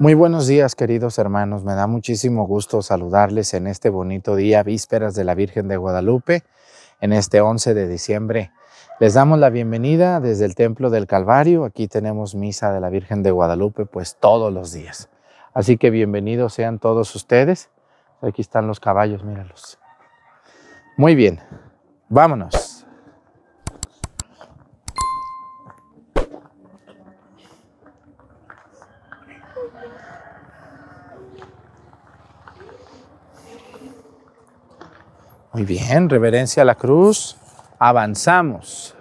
Muy buenos días, queridos hermanos. Me da muchísimo gusto saludarles en este bonito día, vísperas de la Virgen de Guadalupe, en este 11 de diciembre. Les damos la bienvenida desde el Templo del Calvario. Aquí tenemos misa de la Virgen de Guadalupe, pues todos los días. Así que bienvenidos sean todos ustedes. Aquí están los caballos, míralos. Muy bien, vámonos. Muy bien, reverencia a la cruz. Avanzamos.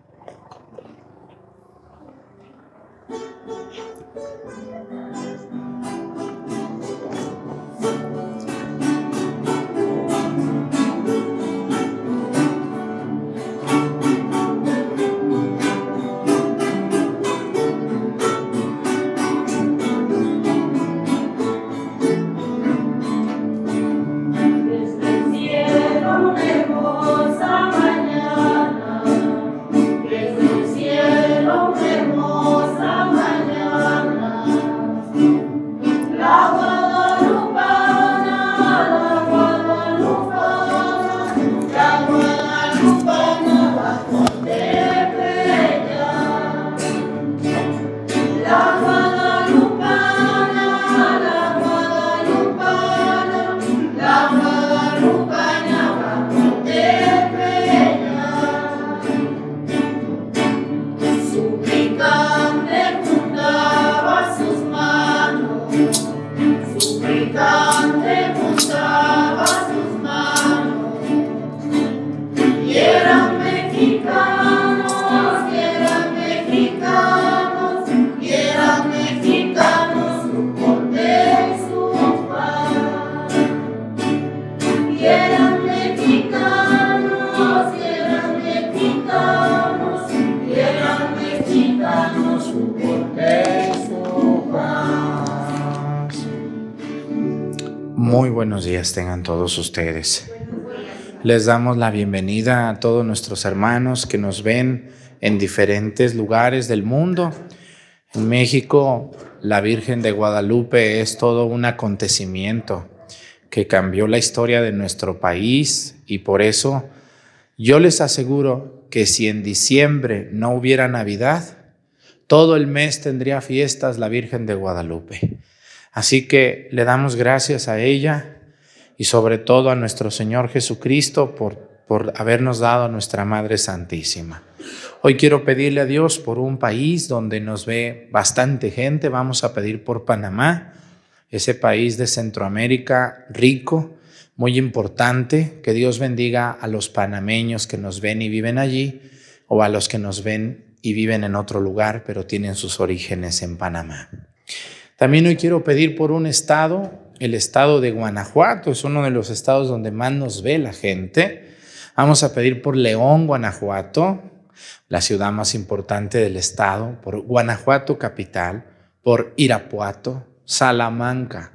Muy buenos días tengan todos ustedes. Les damos la bienvenida a todos nuestros hermanos que nos ven en diferentes lugares del mundo. En México, la Virgen de Guadalupe es todo un acontecimiento que cambió la historia de nuestro país, y por eso yo les aseguro que si en diciembre no hubiera Navidad, todo el mes tendría fiestas la Virgen de Guadalupe. Así que le damos gracias a ella y sobre todo a nuestro Señor Jesucristo por habernos dado a nuestra Madre Santísima. Hoy quiero pedirle a Dios por un país donde nos ve bastante gente. Vamos a pedir por Panamá, ese país de Centroamérica rico, muy importante. Que Dios bendiga a los panameños que nos ven y viven allí, o a los que nos ven y viven en otro lugar, pero tienen sus orígenes en Panamá. También hoy quiero pedir por un estado, el estado de Guanajuato. Es uno de los estados donde más nos ve la gente. Vamos a pedir por León, Guanajuato, la ciudad más importante del estado, por Guanajuato capital, por Irapuato, Salamanca,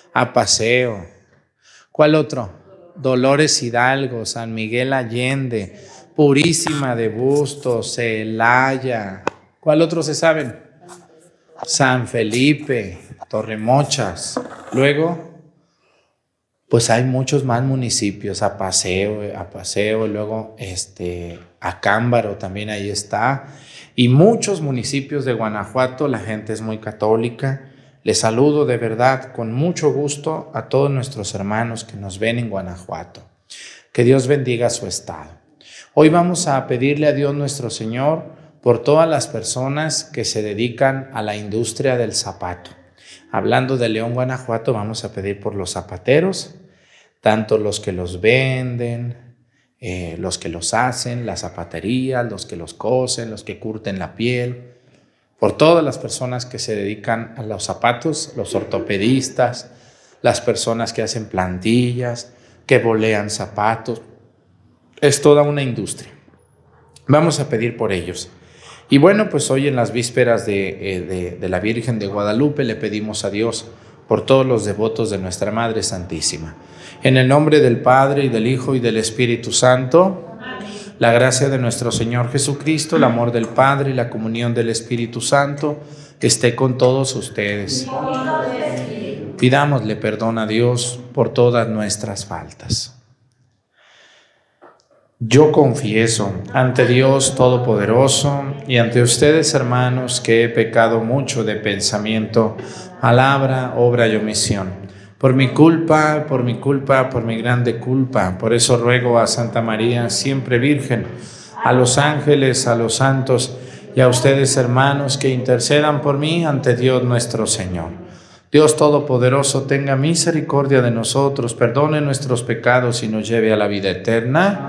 Apaseo. ¿Cuál otro? Dolores Hidalgo, San Miguel Allende, Purísima de Bustos, Celaya. ¿Cuál otro se saben? San Felipe, Torremochas. Luego, pues hay muchos más municipios, Apaseo, luego Acámbaro también ahí está, y muchos municipios de Guanajuato. La gente es muy católica. Les saludo de verdad con mucho gusto a todos nuestros hermanos que nos ven en Guanajuato. Que Dios bendiga su estado. Hoy vamos a pedirle a Dios nuestro Señor por todas las personas que se dedican a la industria del zapato. Hablando de León, Guanajuato, vamos a pedir por los zapateros, tanto los que los venden, los que los hacen, las zapaterías, los que los cosen, los que curten la piel, por todas las personas que se dedican a los zapatos, los ortopedistas, las personas que hacen plantillas, que bolean zapatos. Es toda una industria. Vamos a pedir por ellos. Y bueno, pues hoy en las vísperas de la Virgen de Guadalupe le pedimos a Dios por todos los devotos de nuestra Madre Santísima. En el nombre del Padre, y del Hijo, y del Espíritu Santo. La gracia de nuestro Señor Jesucristo, el amor del Padre y la comunión del Espíritu Santo que esté con todos ustedes. Pidámosle perdón a Dios por todas nuestras faltas. Yo confieso ante Dios Todopoderoso y ante ustedes, hermanos, que he pecado mucho de pensamiento, palabra, obra y omisión. Por mi culpa, por mi grande culpa. Por eso ruego a Santa María, siempre Virgen, a los ángeles, a los santos y a ustedes, hermanos, que intercedan por mí ante Dios nuestro Señor. Dios Todopoderoso, tenga misericordia de nosotros, perdone nuestros pecados y nos lleve a la vida eterna.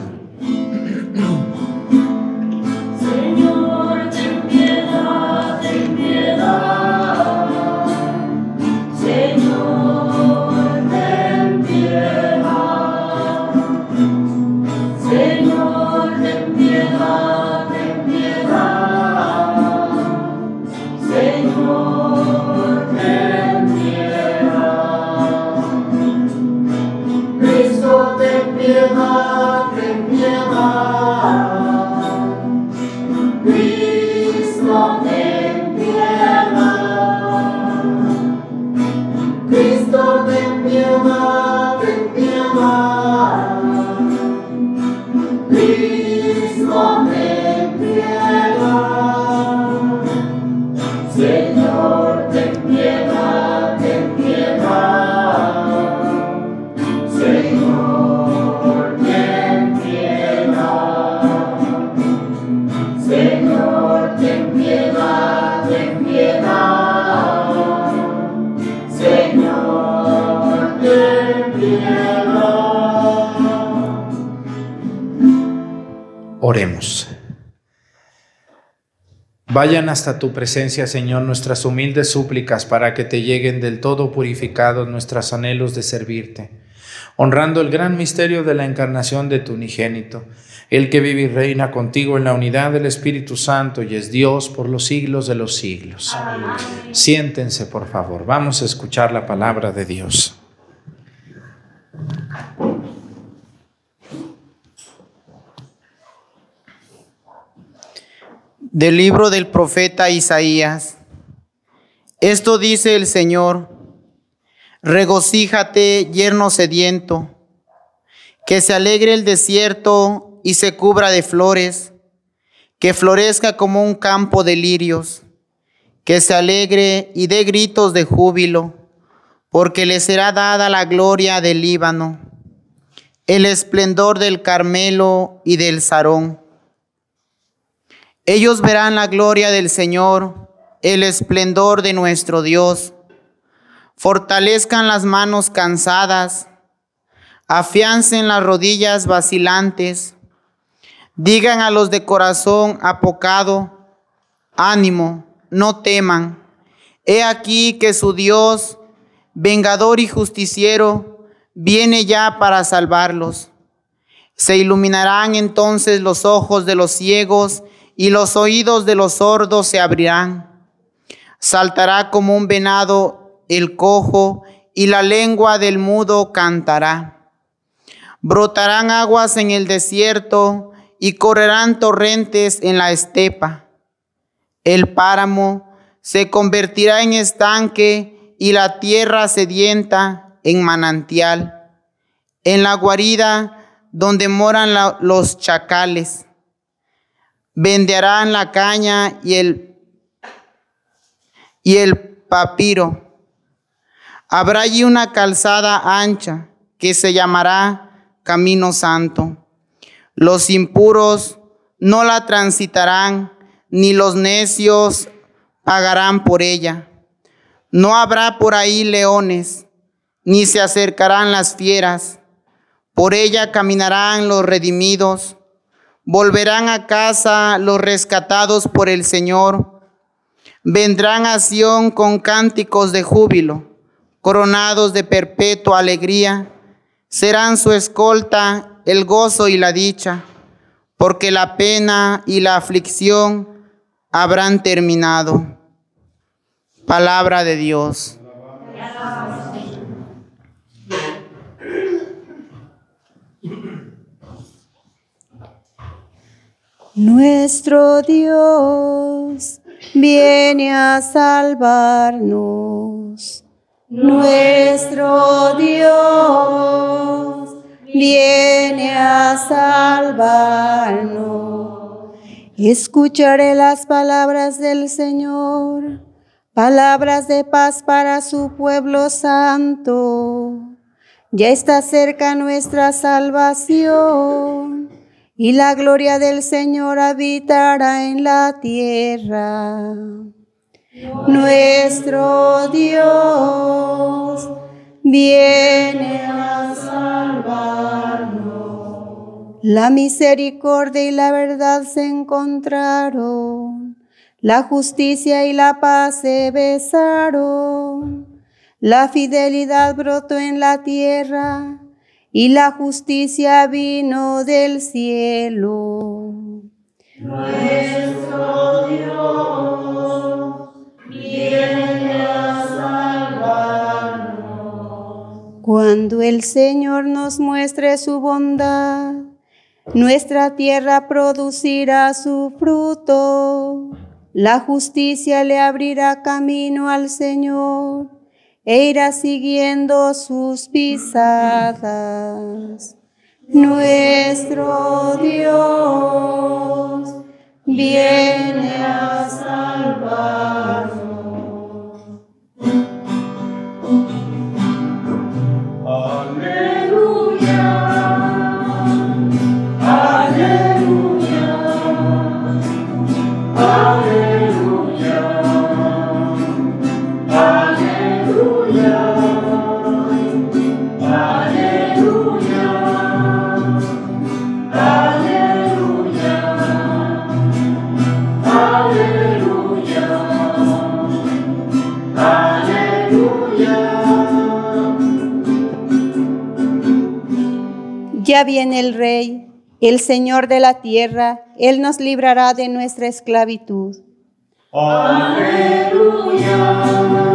Oremos. Vayan hasta tu presencia, Señor, nuestras humildes súplicas para que te lleguen del todo purificados nuestros anhelos de servirte, honrando el gran misterio de la encarnación de tu unigénito, el que vive y reina contigo en la unidad del Espíritu Santo y es Dios por los siglos de los siglos. Amén. Siéntense, por favor. Vamos a escuchar la palabra de Dios. Del libro del profeta Isaías. Esto dice el Señor: regocíjate, yerno sediento, que se alegre el desierto y se cubra de flores, que florezca como un campo de lirios, que se alegre y dé gritos de júbilo, porque le será dada la gloria del Líbano, el esplendor del Carmelo y del Sarón. Ellos verán la gloria del Señor, el esplendor de nuestro Dios. Fortalezcan las manos cansadas, afiancen las rodillas vacilantes. Digan a los de corazón apocado: ánimo, no teman. He aquí que su Dios, vengador y justiciero, viene ya para salvarlos. Se iluminarán entonces los ojos de los ciegos y los oídos de los sordos se abrirán. Saltará como un venado el cojo y la lengua del mudo cantará. Brotarán aguas en el desierto y correrán torrentes en la estepa. El páramo se convertirá en estanque y la tierra sedienta en manantial. En la guarida donde moran los chacales, vendearán la caña y el papiro. Habrá allí una calzada ancha que se llamará Camino Santo. Los impuros no la transitarán, ni los necios pagarán por ella. No habrá por ahí leones, ni se acercarán las fieras. Por ella caminarán los redimidos. Volverán a casa los rescatados por el Señor. Vendrán a Sión con cánticos de júbilo, coronados de perpetua alegría. Serán su escolta el gozo y la dicha, porque la pena y la aflicción habrán terminado. Palabra de Dios. Nuestro Dios viene a salvarnos. Nuestro Dios viene a salvarnos. Escucharé las palabras del Señor, palabras de paz para su pueblo santo. Ya está cerca nuestra salvación, y la gloria del Señor habitará en la tierra. Nuestro Dios viene a salvarnos. La misericordia y la verdad se encontraron, la justicia y la paz se besaron. La fidelidad brotó en la tierra y la justicia vino del cielo. Nuestro Dios viene a salvarnos. Cuando el Señor nos muestre su bondad, nuestra tierra producirá su fruto. La justicia le abrirá camino al Señor e irá siguiendo sus pisadas. Nuestro Dios viene a salvarnos. Aleluya, aleluya, aleluya, aleluya, aleluya, aleluya, aleluya, aleluya. Ya viene el Rey, el Señor de la tierra, Él nos librará de nuestra esclavitud. Aleluya,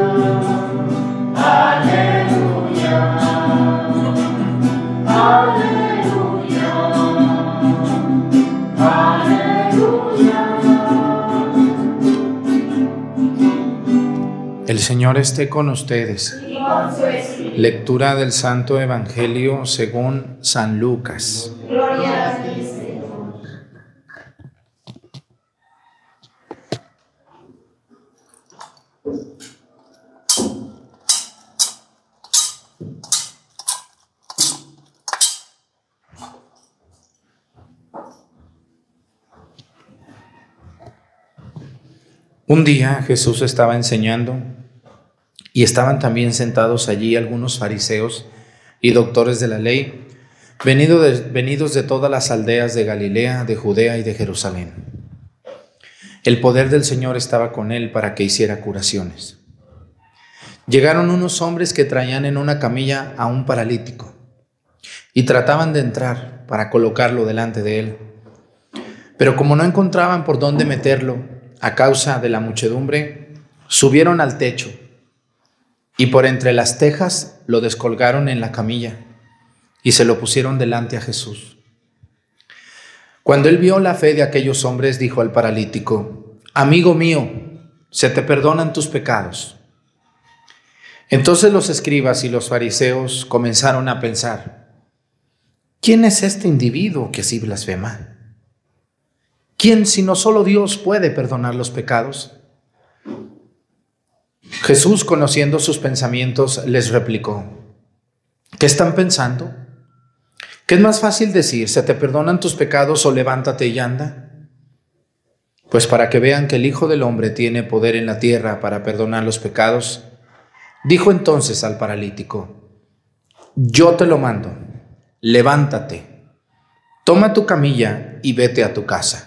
aleluya, aleluya, aleluya. El Señor esté con ustedes. Y con su espíritu. Lectura del Santo Evangelio según San Lucas. Gloria a ti, Señor. Un día Jesús estaba enseñando y estaban también sentados allí algunos fariseos y doctores de la ley, venidos de todas las aldeas de Galilea, de Judea y de Jerusalén. El poder del Señor estaba con él para que hiciera curaciones. Llegaron unos hombres que traían en una camilla a un paralítico y trataban de entrar para colocarlo delante de él. Pero como no encontraban por dónde meterlo a causa de la muchedumbre, subieron al techo y por entre las tejas lo descolgaron en la camilla y se lo pusieron delante a Jesús. Cuando él vio la fe de aquellos hombres, dijo al paralítico: amigo mío, se te perdonan tus pecados. Entonces los escribas y los fariseos comenzaron a pensar: ¿quién es este individuo que así blasfema? ¿Quién sino solo Dios puede perdonar los pecados? Jesús, conociendo sus pensamientos, les replicó: ¿qué están pensando? ¿Qué es más fácil decir, se te perdonan tus pecados, o levántate y anda? Pues para que vean que el Hijo del Hombre tiene poder en la tierra para perdonar los pecados, dijo entonces al paralítico: yo te lo mando, levántate, toma tu camilla y vete a tu casa.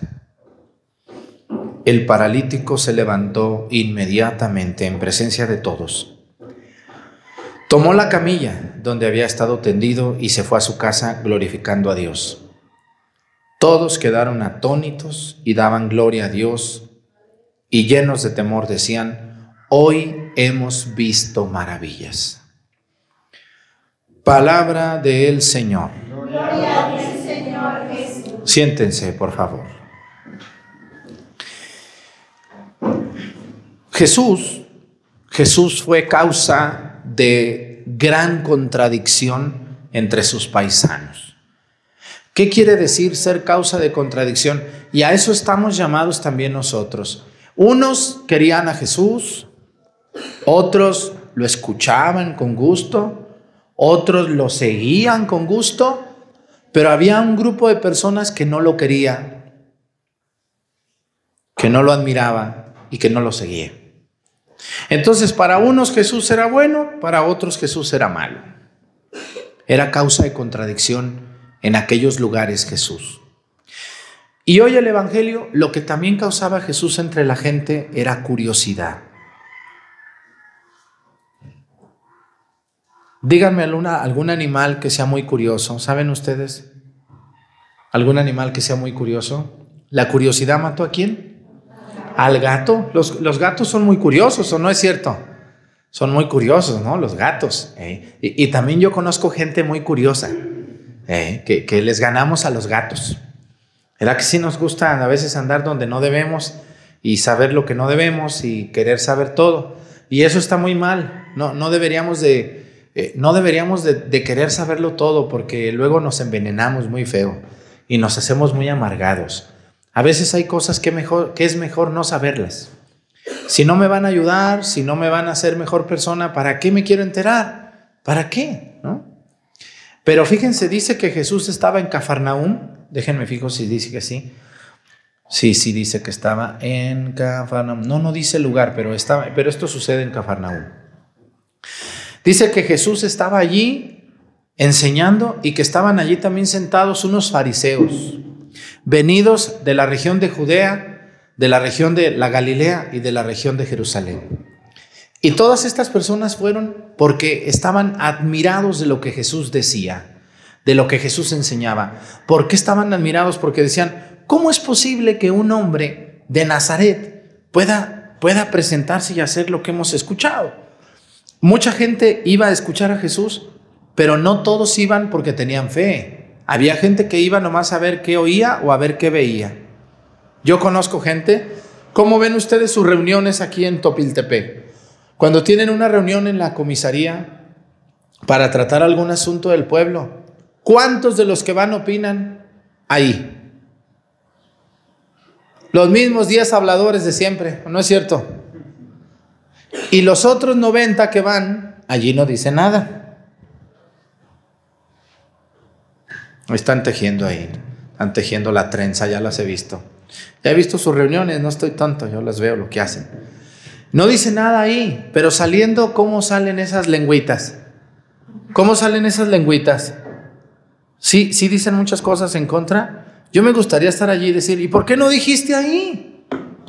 El paralítico se levantó inmediatamente en presencia de todos. Tomó la camilla donde había estado tendido y se fue a su casa glorificando a Dios. Todos quedaron atónitos y daban gloria a Dios, y llenos de temor decían: hoy hemos visto maravillas. Palabra del Señor. Gloria a ti, Señor Jesús. Siéntense, por favor. Jesús fue causa de gran contradicción entre sus paisanos. ¿Qué quiere decir ser causa de contradicción? Y a eso estamos llamados también nosotros. Unos querían a Jesús, otros lo escuchaban con gusto, otros lo seguían con gusto, pero había un grupo de personas que no lo quería, que no lo admiraba y que no lo seguía. Entonces, para unos Jesús era bueno, para otros Jesús era malo. Era causa de contradicción en aquellos lugares Jesús. Y hoy el Evangelio, lo que también causaba Jesús entre la gente era curiosidad. Díganme algún animal que sea muy curioso. ¿Saben ustedes? ¿Algún animal que sea muy curioso? ¿La curiosidad mató a quién? Al gato. Los gatos son muy curiosos, ¿o no es cierto? Son muy curiosos, ¿no? Los gatos. Y también yo conozco gente muy curiosa, que les ganamos a los gatos. ¿Verdad que sí nos gusta a veces andar donde no debemos y saber lo que no debemos y querer saber todo? Y eso está muy mal. No deberíamos de querer saberlo todo, porque luego nos envenenamos muy feo y nos hacemos muy amargados. A veces hay cosas que es mejor no saberlas. Si no me van a ayudar, si no me van a hacer mejor persona, ¿para qué me quiero enterar? ¿Para qué? ¿No? Pero fíjense, dice que Jesús estaba en Cafarnaúm. Déjenme fijo si dice que sí. Sí dice que estaba en Cafarnaúm. No dice el lugar, pero esto sucede en Cafarnaúm. Dice que Jesús estaba allí enseñando y que estaban allí también sentados unos fariseos, venidos de la región de Judea, de la región de la Galilea y de la región de Jerusalén. Y todas estas personas fueron porque estaban admirados de lo que Jesús decía, de lo que Jesús enseñaba. ¿Por qué estaban admirados? Porque decían, ¿cómo es posible que un hombre de Nazaret pueda presentarse y hacer lo que hemos escuchado? Mucha gente iba a escuchar a Jesús, pero no todos iban porque tenían fe. Había gente que iba nomás a ver qué oía o a ver qué veía. Yo conozco gente. ¿Cómo ven ustedes sus reuniones aquí en Topiltepec? Cuando tienen una reunión en la comisaría para tratar algún asunto del pueblo, ¿cuántos de los que van opinan ahí? Los mismos 10 habladores de siempre, ¿no es cierto? Y los otros 90 que van, allí no dicen nada. Están tejiendo ahí, están tejiendo la trenza, ya las he visto. Ya he visto sus reuniones, no estoy tonto, yo las veo lo que hacen. No dice nada ahí, pero saliendo, ¿cómo salen esas lengüitas? ¿Cómo salen esas lengüitas? Sí dicen muchas cosas en contra. Yo me gustaría estar allí y decir, ¿y por qué no dijiste ahí?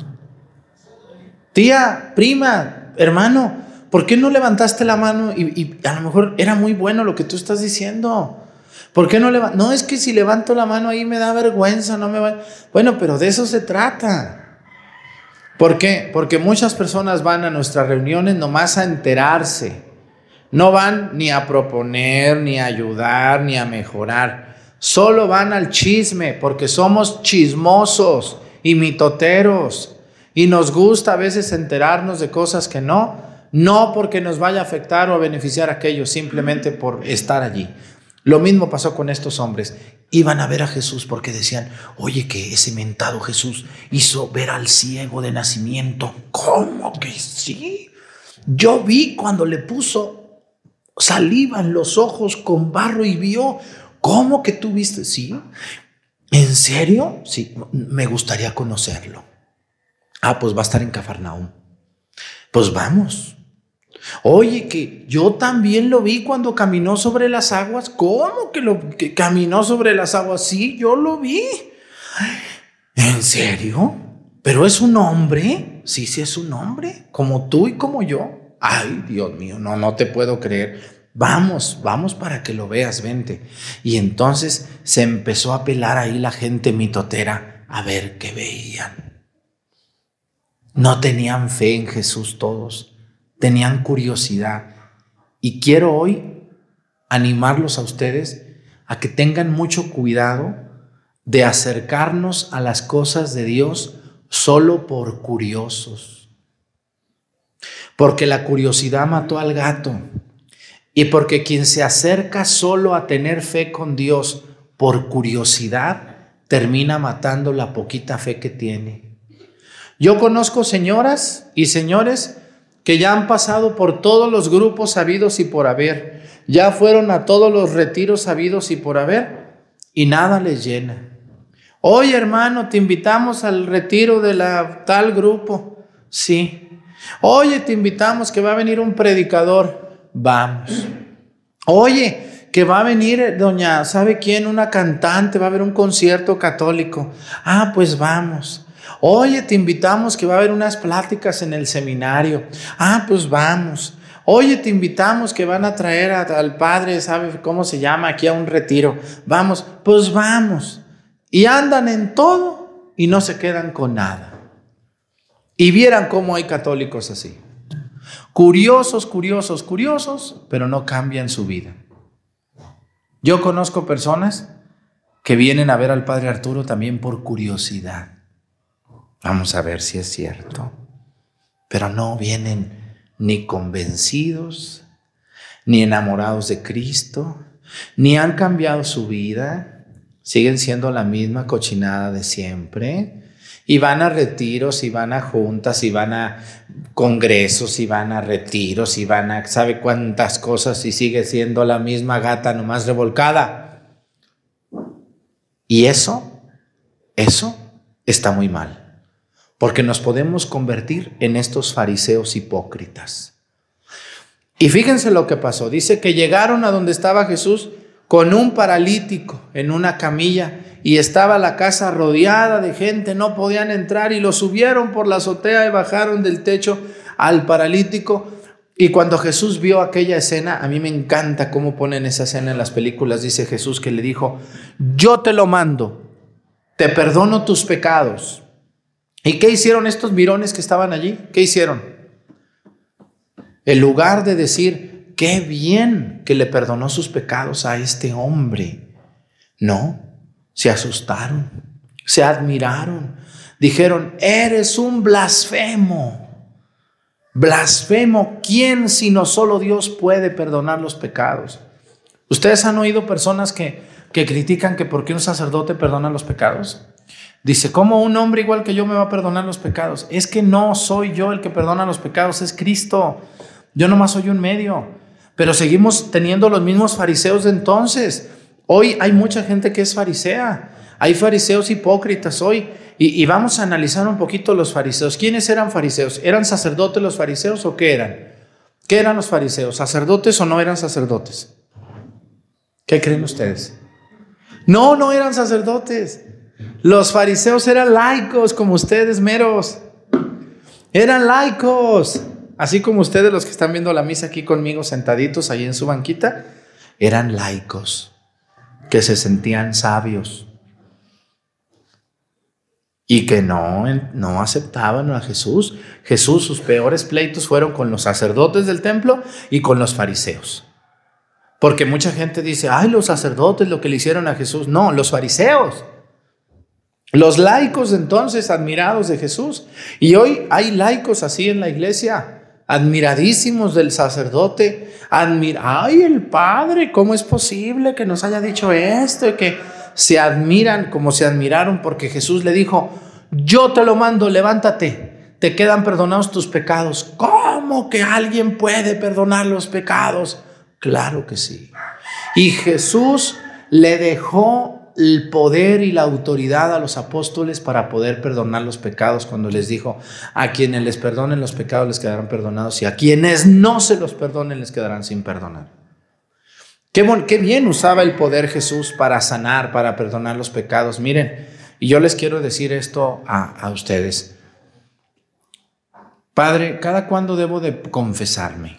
Tía, prima, hermano, ¿por qué no levantaste la mano? Y a lo mejor era muy bueno lo que tú estás diciendo. ¿Por qué no levantas? No, es que si levanto la mano ahí me da vergüenza, no me va. Bueno, pero de eso se trata. ¿Por qué? Porque muchas personas van a nuestras reuniones nomás a enterarse. No van ni a proponer, ni a ayudar, ni a mejorar. Solo van al chisme, porque somos chismosos y mitoteros. Y nos gusta a veces enterarnos de cosas que no porque nos vaya a afectar o a beneficiar a aquellos, simplemente por estar allí. Lo mismo pasó con estos hombres. Iban a ver a Jesús porque decían, oye, que ese mentado Jesús hizo ver al ciego de nacimiento. ¿Cómo que sí? Yo vi cuando le puso saliva en los ojos con barro y vio. ¿Cómo que tú viste? ¿Sí? ¿En serio? Sí, me gustaría conocerlo. Pues va a estar en Cafarnaúm. Pues vamos. Oye, que yo también lo vi cuando caminó sobre las aguas. ¿Cómo que caminó sobre las aguas? Sí, yo lo vi. ¿En serio? ¿Pero es un hombre? Sí, es un hombre, como tú y como yo. Ay, Dios mío, no te puedo creer. Vamos para que lo veas, vente. Y entonces se empezó a pelar ahí la gente mitotera a ver qué veían. No tenían fe en Jesús todos. Tenían curiosidad. Y quiero hoy animarlos a ustedes a que tengan mucho cuidado de acercarnos a las cosas de Dios solo por curiosos. porque la curiosidad mató al gato y porque quien se acerca solo a tener fe con Dios por curiosidad termina matando la poquita fe que tiene. Yo conozco señoras y señores que ya han pasado por todos los grupos habidos y por haber, ya fueron a todos los retiros habidos y por haber, y nada les llena. Oye, hermano, te invitamos al retiro de la tal grupo. Sí. Oye, te invitamos que va a venir un predicador. Vamos. Oye, que va a venir doña, ¿sabe quién? Una cantante, va a haber un concierto católico. Ah, pues vamos. Oye, te invitamos que va a haber unas pláticas en el seminario. Ah, pues vamos. Oye, te invitamos que van a traer al padre, ¿sabe cómo se llama? Aquí a un retiro. Vamos, pues vamos. Y andan en todo y no se quedan con nada. Y vieran cómo hay católicos así. Curiosos, curiosos, curiosos, pero no cambian su vida. Yo conozco personas que vienen a ver al padre Arturo también por curiosidad. Vamos a ver si es cierto. Pero no vienen ni convencidos, ni enamorados de Cristo, ni han cambiado su vida. Siguen siendo la misma cochinada de siempre. Y van a retiros, y van a juntas, y van a congresos, y van a retiros, y van a sabe cuántas cosas, y sigue siendo la misma gata nomás revolcada. Y eso está muy mal. Porque nos podemos convertir en estos fariseos hipócritas. Y fíjense lo que pasó. Dice que llegaron a donde estaba Jesús con un paralítico en una camilla y estaba la casa rodeada de gente, no podían entrar y lo subieron por la azotea y bajaron del techo al paralítico. Y cuando Jesús vio aquella escena, a mí me encanta cómo ponen esa escena en las películas. Dice Jesús que le dijo: yo te lo mando, te perdono tus pecados. ¿Y qué hicieron estos mirones que estaban allí? ¿Qué hicieron? En lugar de decir, qué bien que le perdonó sus pecados a este hombre, no, se asustaron, se admiraron, dijeron, eres un blasfemo. Blasfemo, ¿quién sino solo Dios puede perdonar los pecados? ¿Ustedes han oído personas que critican que por qué un sacerdote perdona los pecados? Dice, ¿cómo un hombre igual que yo me va a perdonar los pecados? Es que no soy yo el que perdona los pecados, es Cristo. Yo nomás soy un medio. Pero seguimos teniendo los mismos fariseos de entonces. Hoy hay mucha gente que es farisea. Hay fariseos hipócritas hoy. Y vamos a analizar un poquito los fariseos. ¿Quiénes eran fariseos? ¿Eran sacerdotes los fariseos o qué eran? ¿Qué eran los fariseos? ¿Sacerdotes o no eran sacerdotes? ¿Qué creen ustedes? No eran sacerdotes. Los fariseos eran laicos como ustedes meros. Eran laicos. Así como ustedes los que están viendo la misa aquí conmigo sentaditos ahí en su banquita. Eran laicos que se sentían sabios. Y que no aceptaban a Jesús. Jesús, sus peores pleitos fueron con los sacerdotes del templo y con los fariseos. Porque mucha gente dice, ay, los sacerdotes lo que le hicieron a Jesús. No, los fariseos. Los laicos entonces admirados de Jesús. Y hoy hay laicos así en la iglesia, admiradísimos del sacerdote. Ay, el padre, ¿cómo es posible que nos haya dicho esto? Y que se admiran como se admiraron porque Jesús le dijo, yo te lo mando, levántate, te quedan perdonados tus pecados. ¿Cómo que alguien puede perdonar los pecados? Claro que sí. Y Jesús le dejó el poder y la autoridad a los apóstoles para poder perdonar los pecados cuando les dijo, a quienes les perdonen los pecados les quedarán perdonados y a quienes no se los perdonen les quedarán sin perdonar. Qué bien usaba el poder Jesús para sanar, para perdonar los pecados. Miren, y yo les quiero decir esto a ustedes. Padre, ¿cada cuándo debo de confesarme?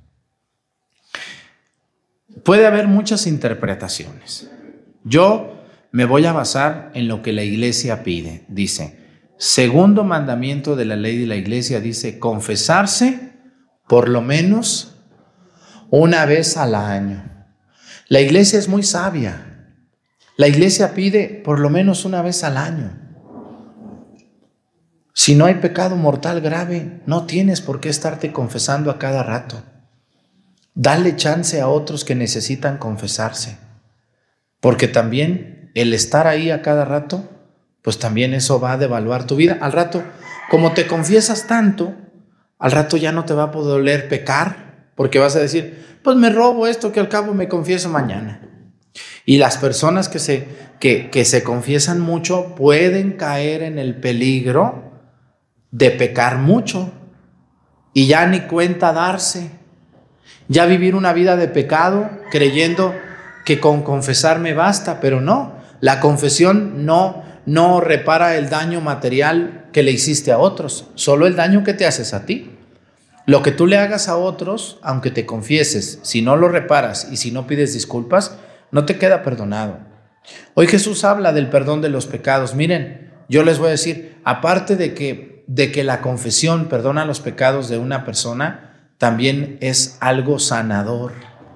Puede haber muchas interpretaciones. Yo me voy a basar en lo que la iglesia pide. Dice, segundo mandamiento de la ley de la iglesia, dice, confesarse por lo menos una vez al año. La iglesia es muy sabia. La iglesia pide por lo menos una vez al año. Si no hay pecado mortal grave, no tienes por qué estarte confesando a cada rato. Dale chance a otros que necesitan confesarse, porque también el estar ahí a cada rato, pues también eso va a devaluar tu vida. Al rato, como te confiesas tanto, al rato ya no te va a poder doler pecar, porque vas a decir, pues me robo esto que al cabo me confieso mañana. Y las personas que se confiesan mucho pueden caer en el peligro de pecar mucho y ya ni cuenta darse, ya vivir una vida de pecado creyendo que con confesarme basta, pero no, la confesión no repara el daño material que le hiciste a otros, solo el daño que te haces a ti. Lo que tú le hagas a otros, aunque te confieses, si no lo reparas y si no pides disculpas, no te queda perdonado. Hoy Jesús habla del perdón de los pecados. Miren, yo les voy a decir, aparte de que la confesión perdona los pecados de una persona, también es algo sanador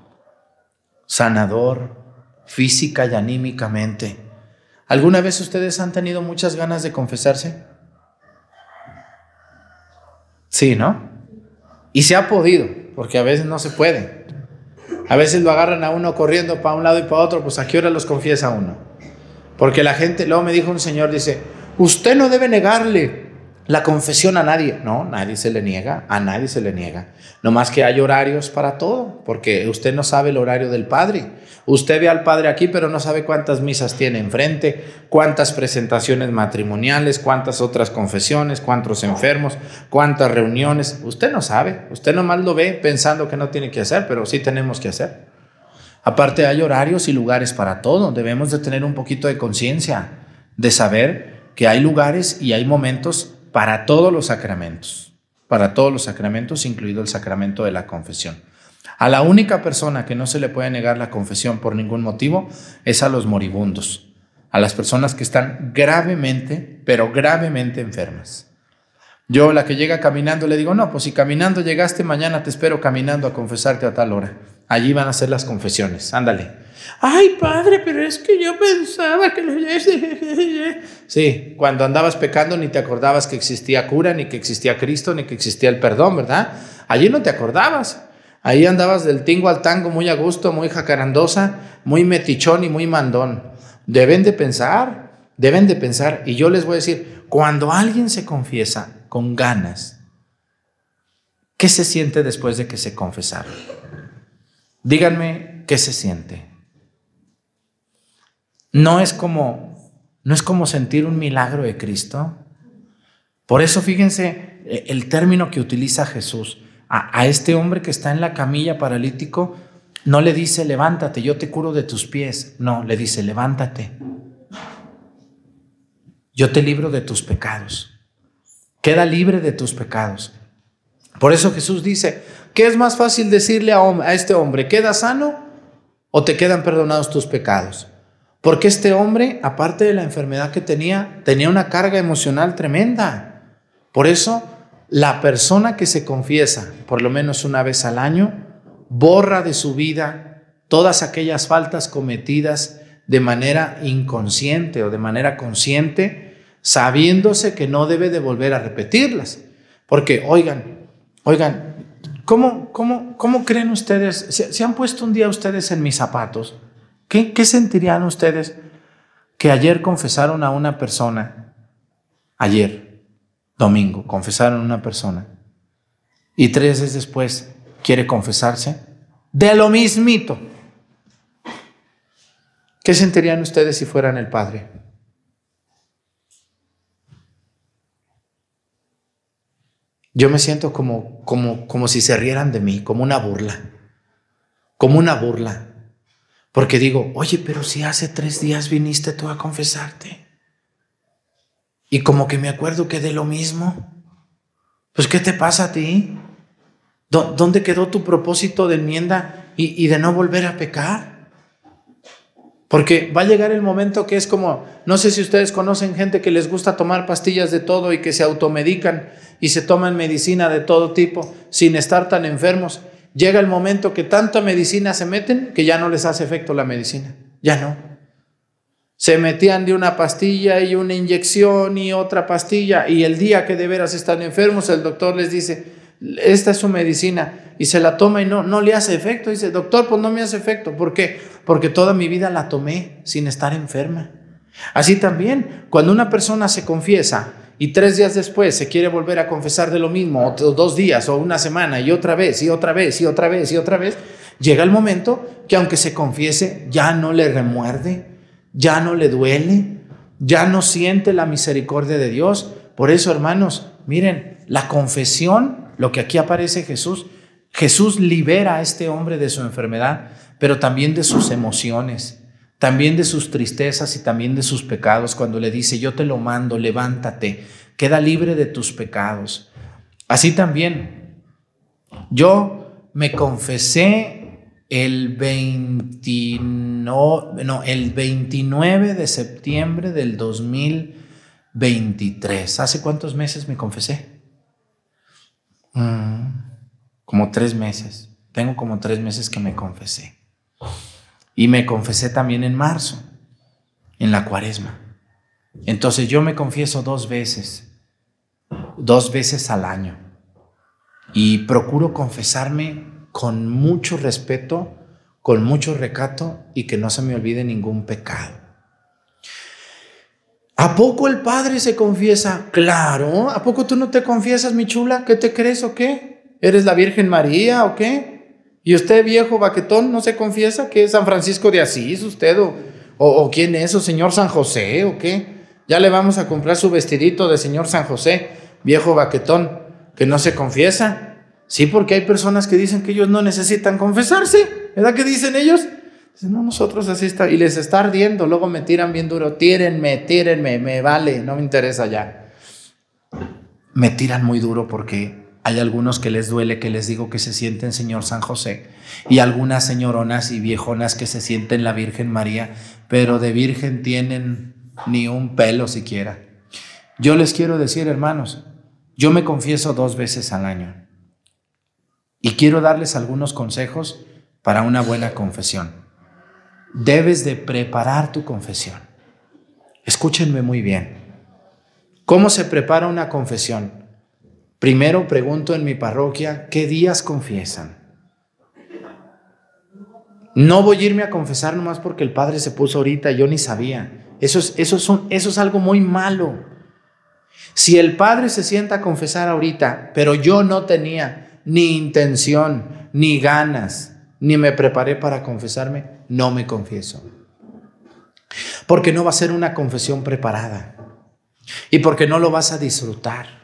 física y anímicamente. ¿Alguna vez ustedes han tenido muchas ganas de confesarse? Sí, ¿no? Y se ha podido, porque a veces no se puede. A veces lo agarran a uno corriendo para un lado y para otro, pues ¿a qué hora los confiesa uno? Porque la gente, luego me dijo un señor, dice, usted no debe negarle la confesión a nadie. No, nadie se le niega, a nadie se le niega. No más que hay horarios para todo, porque usted no sabe el horario del Padre. Usted ve al Padre aquí, pero no sabe cuántas misas tiene enfrente, cuántas presentaciones matrimoniales, cuántas otras confesiones, cuántos enfermos, cuántas reuniones. Usted no sabe, usted nomás lo ve pensando que no tiene que hacer, pero sí tenemos que hacer. Aparte hay horarios y lugares para todo. Debemos de tener un poquito de conciencia, de saber que hay lugares y hay momentos para todos los sacramentos, incluido el sacramento de la confesión. A la única persona que no se le puede negar la confesión por ningún motivo es a los moribundos, a las personas que están gravemente, pero gravemente enfermas. Yo, la que llega caminando, le digo, no, pues si caminando llegaste, mañana te espero caminando a confesarte a tal hora. Allí van a hacer las confesiones, ándale. Ay, padre, pero es que yo pensaba que... Sí, cuando andabas pecando ni te acordabas que existía cura, ni que existía Cristo, ni que existía el perdón, ¿verdad? Allí no te acordabas. Ahí andabas del tingo al tango, muy a gusto, muy jacarandosa, muy metichón y muy mandón. Deben de pensar. Y yo les voy a decir, cuando alguien se confiesa con ganas, ¿qué se siente después de que se confesaron? Díganme, ¿qué se siente? ¿No es como sentir un milagro de Cristo? Por eso fíjense el término que utiliza Jesús. A este hombre que está en la camilla paralítico, no le dice, levántate, yo te curo de tus pies. No, le dice, levántate. Yo te libro de tus pecados. Queda libre de tus pecados. Por eso Jesús dice, ¿qué es más fácil decirle a este hombre? ¿Queda sano o te quedan perdonados tus pecados? Porque este hombre, aparte de la enfermedad que tenía una carga emocional tremenda. Por eso, la persona que se confiesa por lo menos una vez al año borra de su vida todas aquellas faltas cometidas de manera inconsciente o de manera consciente, sabiéndose que no debe de volver a repetirlas. Porque, oigan, ¿cómo creen ustedes? ¿Se han puesto un día ustedes en mis zapatos? ¿Qué sentirían ustedes que ayer confesaron a una persona? Ayer, domingo, confesaron a una persona y 3 días después quiere confesarse de lo mismito. ¿Qué sentirían ustedes si fueran el Padre? Yo me siento como si se rieran de mí, como una burla. Porque digo, oye, pero si hace 3 días viniste tú a confesarte. Y como que me acuerdo que de lo mismo. Pues, ¿qué te pasa a ti? ¿Dónde quedó tu propósito de enmienda y de no volver a pecar? Porque va a llegar el momento que es como, no sé si ustedes conocen gente que les gusta tomar pastillas de todo y que se automedican y se toman medicina de todo tipo sin estar tan enfermos. Llega el momento que tanta medicina se meten que ya no les hace efecto la medicina. Ya no. Se metían de una pastilla y una inyección y otra pastilla, y el día que de veras están enfermos, el doctor les dice, esta es su medicina, y se la toma y no le hace efecto. Dice, doctor, pues no me hace efecto. ¿Por qué? Porque toda mi vida la tomé sin estar enferma. Así también, cuando una persona se confiesa y 3 días después se quiere volver a confesar de lo mismo, o 2 días, o una semana, y otra vez, y otra vez, y otra vez, y otra vez, llega el momento que aunque se confiese, ya no le remuerde, ya no le duele, ya no siente la misericordia de Dios. Por eso, hermanos, miren, la confesión, lo que aquí aparece Jesús libera a este hombre de su enfermedad, pero también de sus emociones, también de sus tristezas y también de sus pecados, cuando le dice, yo te lo mando, levántate, queda libre de tus pecados. Así también, yo me confesé el 29 de septiembre del 2023. ¿Hace cuántos meses me confesé? Como 3 meses. Tengo como 3 meses que me confesé. Y me confesé también en marzo, en la Cuaresma. Entonces yo me confieso 2 veces al año. Y procuro confesarme con mucho respeto, con mucho recato, y que no se me olvide ningún pecado. ¿A poco el Padre se confiesa? Claro. ¿A poco tú no te confiesas, mi chula? ¿Qué te crees o qué? ¿Eres la Virgen María o qué? ¿Y usted, viejo baquetón, no se confiesa? ¿Que es San Francisco de Asís usted? ¿O quién es? ¿O señor San José o qué? Ya le vamos a comprar su vestidito de señor San José, viejo baquetón, que no se confiesa. Sí, porque hay personas que dicen que ellos no necesitan confesarse. ¿Verdad que dicen ellos? Dicen, no, nosotros así está. Y les está ardiendo, luego me tiran bien duro. Tírenme, me vale, no me interesa ya. Me tiran muy duro porque hay algunos que les duele que les digo que se sienten señor San José, y algunas señoronas y viejonas que se sienten la Virgen María, pero de virgen tienen ni un pelo siquiera. Yo les quiero decir, hermanos, yo me confieso 2 veces al año y quiero darles algunos consejos para una buena confesión. Debes de preparar tu confesión. Escúchenme muy bien. ¿Cómo se prepara una confesión? Primero pregunto en mi parroquia, ¿qué días confiesan? No voy a irme a confesar nomás porque el padre se puso ahorita, yo ni sabía. Eso es algo muy malo. Si el padre se sienta a confesar ahorita, pero yo no tenía ni intención, ni ganas, ni me preparé para confesarme, no me confieso. Porque no va a ser una confesión preparada. Y porque no lo vas a disfrutar.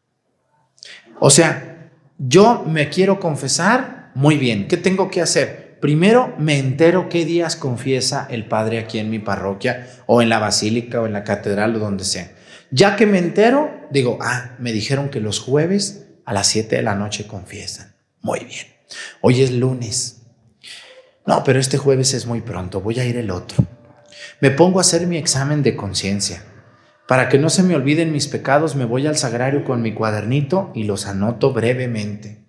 O sea, yo me quiero confesar, muy bien, ¿qué tengo que hacer? Primero me entero qué días confiesa el padre aquí en mi parroquia, o en la basílica, o en la catedral, o donde sea. Ya que me entero, digo, me dijeron que los jueves a las 7 de la noche confiesan. Muy bien, hoy es lunes. No, pero este jueves es muy pronto, voy a ir el otro. Me pongo a hacer mi examen de conciencia. Para que no se me olviden mis pecados, me voy al sagrario con mi cuadernito y los anoto brevemente.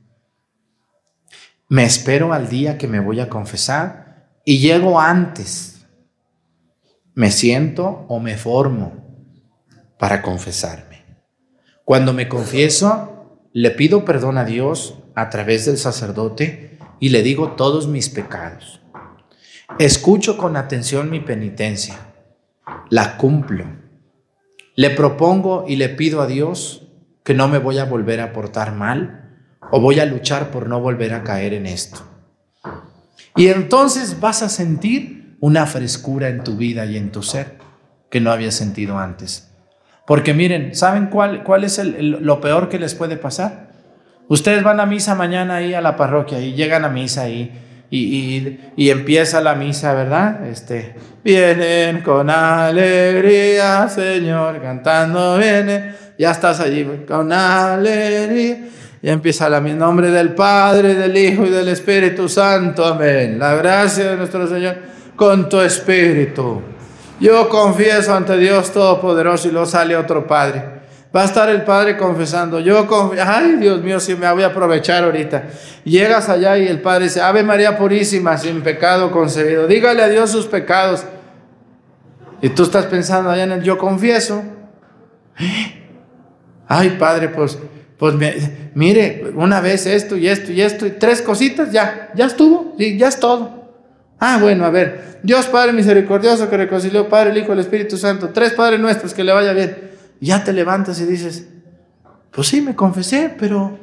Me espero al día que me voy a confesar y llego antes. Me siento o me formo para confesarme. Cuando me confieso, le pido perdón a Dios a través del sacerdote y le digo todos mis pecados. Escucho con atención mi penitencia, la cumplo. Le propongo y le pido a Dios que no me voy a volver a portar mal, o voy a luchar por no volver a caer en esto. Y entonces vas a sentir una frescura en tu vida y en tu ser que no habías sentido antes. Porque miren, ¿saben cuál es lo peor que les puede pasar? Ustedes van a misa mañana ahí a la parroquia y llegan a misa ahí. Y empieza la misa, ¿verdad? Vienen con alegría, Señor, cantando vienen. Ya estás allí con alegría. Y empieza en nombre del Padre, del Hijo y del Espíritu Santo. Amén. La gracia de nuestro Señor con tu Espíritu. Yo confieso ante Dios Todopoderoso, y luego sale otro Padre. Va a estar el Padre confesando. Ay, Dios mío, si me voy a aprovechar ahorita. Llegas allá y el Padre dice, Ave María Purísima, sin pecado concebido. Dígale a Dios sus pecados. Y tú estás pensando allá en el yo confieso. Ay, Padre, pues mire, una vez esto y esto y esto, y 3 cositas, ya estuvo, sí, ya es todo. Ah, bueno, a ver, Dios Padre misericordioso que reconcilió Padre, el Hijo, el Espíritu Santo, 3 Padres nuestros, que le vaya bien. Y ya te levantas y dices, pues sí, me confesé, pero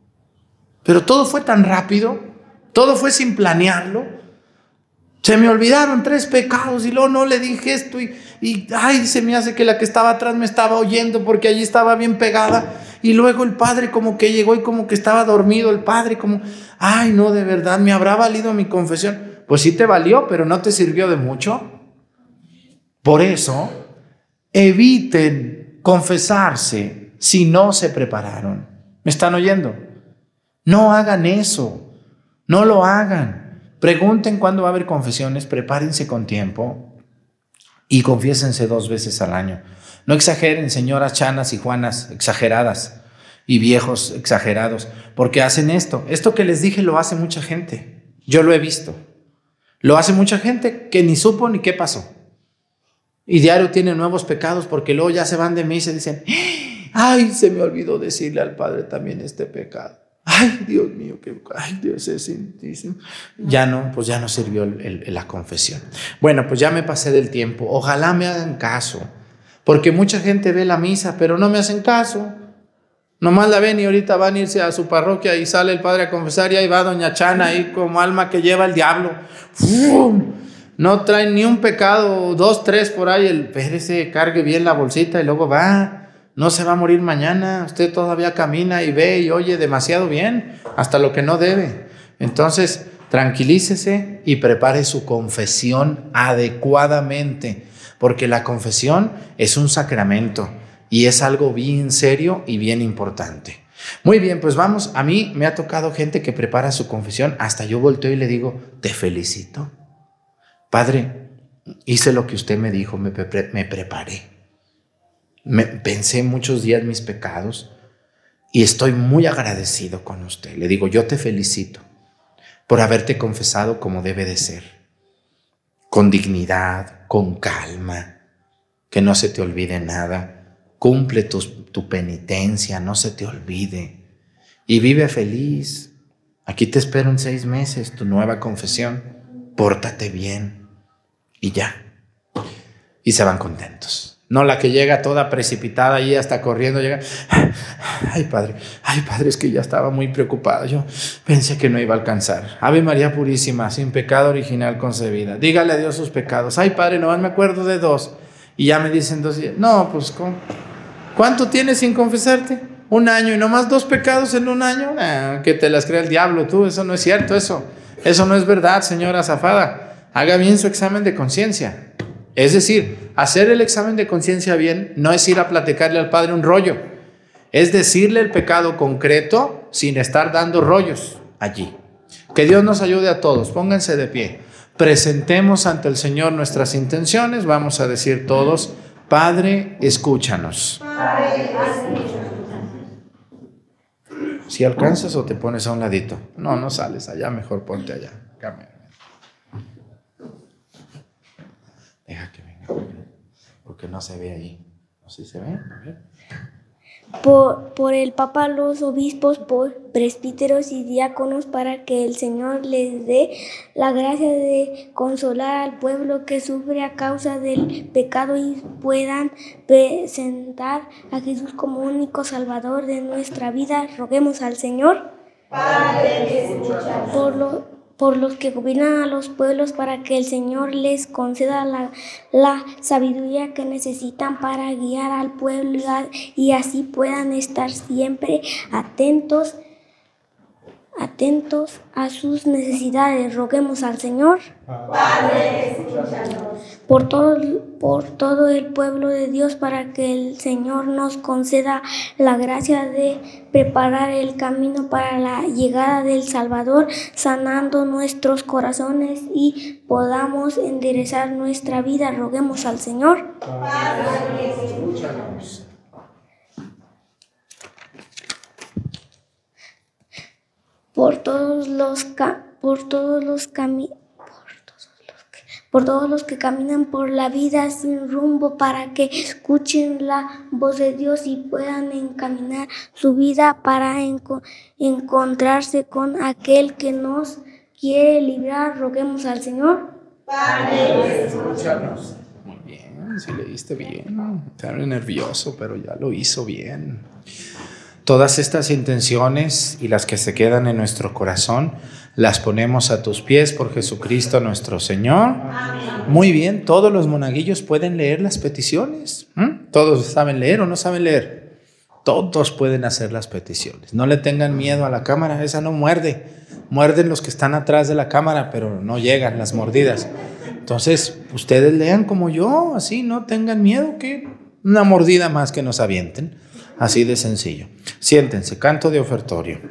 todo fue tan rápido, todo fue sin planearlo. Se me olvidaron 3 pecados y luego no le dije esto y ay, se me hace que la que estaba atrás me estaba oyendo porque allí estaba bien pegada. Y luego el padre como que llegó y como que estaba dormido el padre, como, ay, no, de verdad, ¿me habrá valido mi confesión? Pues sí te valió, pero no te sirvió de mucho. Por eso, eviten confesarse si no se prepararon. ¿Me están oyendo? No hagan eso, no lo hagan. Pregunten cuándo va a haber confesiones, prepárense con tiempo y confiésense 2 veces al año. No exageren, señoras chanas y juanas exageradas y viejos exagerados, porque hacen esto. Esto que les dije lo hace mucha gente. Yo lo he visto. Lo hace mucha gente que ni supo ni qué pasó. Y diario tienen nuevos pecados porque luego ya se van de misa y dicen, ay, se me olvidó decirle al Padre también este pecado. Ay, Dios mío, ay, Dios es santísimo. Ya no sirvió la confesión. Bueno, pues ya me pasé del tiempo. Ojalá me hagan caso, porque mucha gente ve la misa, pero no me hacen caso. Nomás la ven y ahorita van a irse a su parroquia y sale el padre a confesar y ahí va doña Chana ahí como alma que lleva el diablo. ¡Fum! No traen ni un pecado, 2, 3 por ahí. Espérese, cargue bien la bolsita y luego va. No se va a morir mañana, usted todavía camina y ve y oye demasiado bien, hasta lo que no debe. Entonces, tranquilícese y prepare su confesión adecuadamente, porque la confesión es un sacramento y es algo bien serio y bien importante. Muy bien, pues vamos, a mí me ha tocado gente que prepara su confesión, hasta yo volteo y le digo, te felicito. Padre, hice lo que usted me dijo, me preparé. Pensé muchos días mis pecados y estoy muy agradecido con usted. Le digo, yo te felicito por haberte confesado como debe de ser, con dignidad, con calma, que no se te olvide nada. Cumple tu penitencia, no se te olvide y vive feliz. Aquí te espero en 6 meses, tu nueva confesión. Pórtate bien y ya. Y se van contentos. No la que llega toda precipitada y hasta corriendo llega. Ay, padre, es que ya estaba muy preocupado. Yo pensé que no iba a alcanzar. Ave María Purísima, sin pecado original concebida. Dígale a Dios sus pecados. Ay, padre, nomás me acuerdo de 2. Y ya me dicen 2 días. No, pues, ¿cuánto tienes sin confesarte? 1 año y nomás 2 pecados en 1 año. Que te las crea el diablo, tú. Eso no es cierto, eso no es verdad, señora azafada. Haga bien su examen de conciencia. Es decir, hacer el examen de conciencia bien no es ir a platicarle al Padre un rollo, es decirle el pecado concreto sin estar dando rollos allí. Que Dios nos ayude a todos, pónganse de pie. Presentemos ante el Señor nuestras intenciones, vamos a decir todos, Padre, escúchanos. Si alcanzas o te pones a un ladito. No sales allá, mejor ponte allá. Deja que venga, porque no se ve ahí. No sé si se ve. A ver. Por el Papa, los obispos, por presbíteros y diáconos, para que el Señor les dé la gracia de consolar al pueblo que sufre a causa del pecado y puedan presentar a Jesús como único Salvador de nuestra vida. Roguemos al Señor. Padre, escúchanos. Por los que gobiernan a los pueblos, para que el Señor les conceda la sabiduría que necesitan para guiar al pueblo y así puedan estar siempre atentos a sus necesidades. Roguemos al Señor. Padre, escúchanos. Por todo el pueblo de Dios, para que el Señor nos conceda la gracia de preparar el camino para la llegada del Salvador, sanando nuestros corazones y podamos enderezar nuestra vida. Roguemos al Señor. Padre, escúchanos. por todos los que caminan por la vida sin rumbo, para que escuchen la voz de Dios y puedan encaminar su vida para encontrarse con aquel que nos quiere librar. Roguemos al Señor. Padre, escúchanos. Muy bien, sí leíste bien. Estaba nervioso, pero ya lo hizo bien. Todas estas intenciones y las que se quedan en nuestro corazón las ponemos a tus pies por Jesucristo nuestro Señor. Amén. Muy bien, todos los monaguillos pueden leer las peticiones. ¿Todos saben leer o no saben leer? Todos pueden hacer las peticiones. No le tengan miedo a la cámara, esa no muerde. Muerden los que están atrás de la cámara, pero no llegan las mordidas. Entonces, ustedes lean como yo, así, no tengan miedo, que una mordida más que nos avienten. Así de sencillo. Siéntense, canto de ofertorio.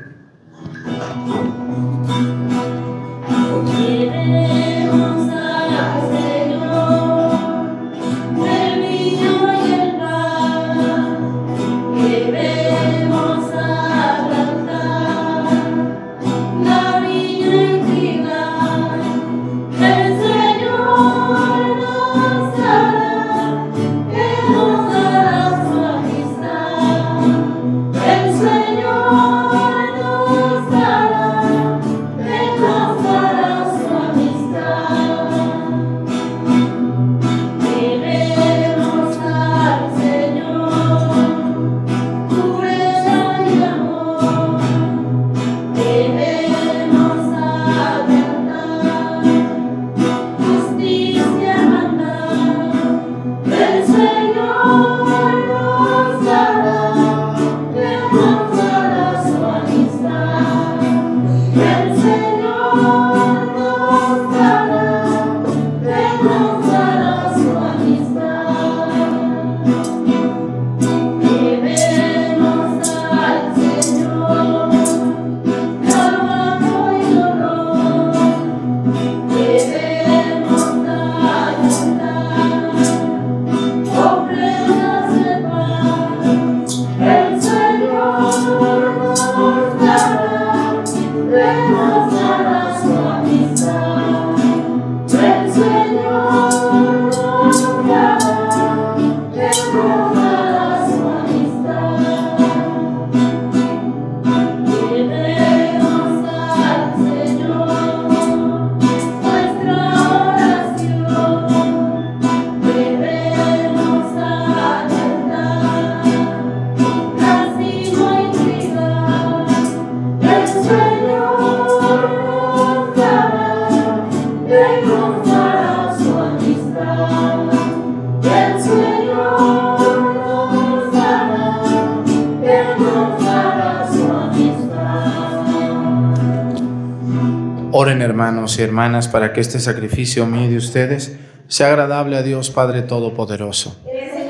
Oren, hermanos y hermanas, para que este sacrificio mío y de ustedes sea agradable a Dios Padre Todopoderoso.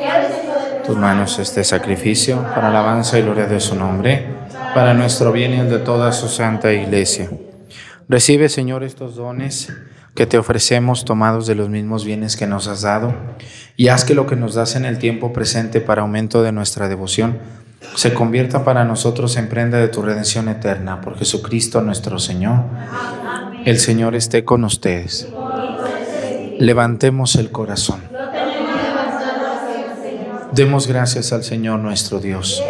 Tus manos este sacrificio para alabanza y gloria de su nombre, para nuestro bien y el de toda su santa iglesia. Recibe, Señor, estos dones que te ofrecemos tomados de los mismos bienes que nos has dado, y haz que lo que nos das en el tiempo presente para aumento de nuestra devoción se convierta para nosotros en prenda de tu redención eterna, por Jesucristo nuestro Señor. El Señor esté con ustedes. Levantemos el corazón. Demos gracias al Señor nuestro Dios.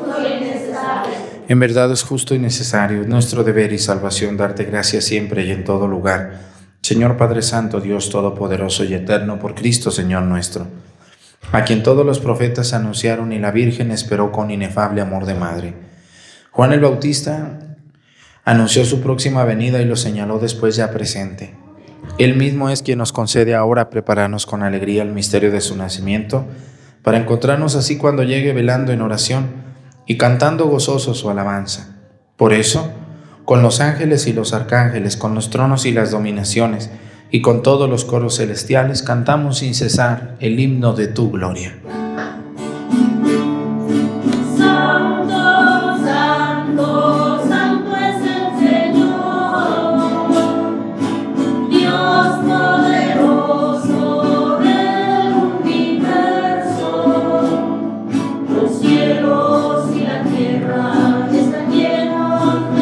En verdad es justo y necesario, es nuestro deber y salvación darte gracias siempre y en todo lugar. Señor Padre Santo, Dios Todopoderoso y Eterno, por Cristo Señor nuestro, a quien todos los profetas anunciaron y la Virgen esperó con inefable amor de madre. Juan el Bautista anunció su próxima venida y lo señaló después ya presente. Él mismo es quien nos concede ahora prepararnos con alegría el misterio de su nacimiento, para encontrarnos así cuando llegue velando en oración y cantando gozoso su alabanza. Por eso, con los ángeles y los arcángeles, con los tronos y las dominaciones, y con todos los coros celestiales, cantamos sin cesar el himno de tu gloria.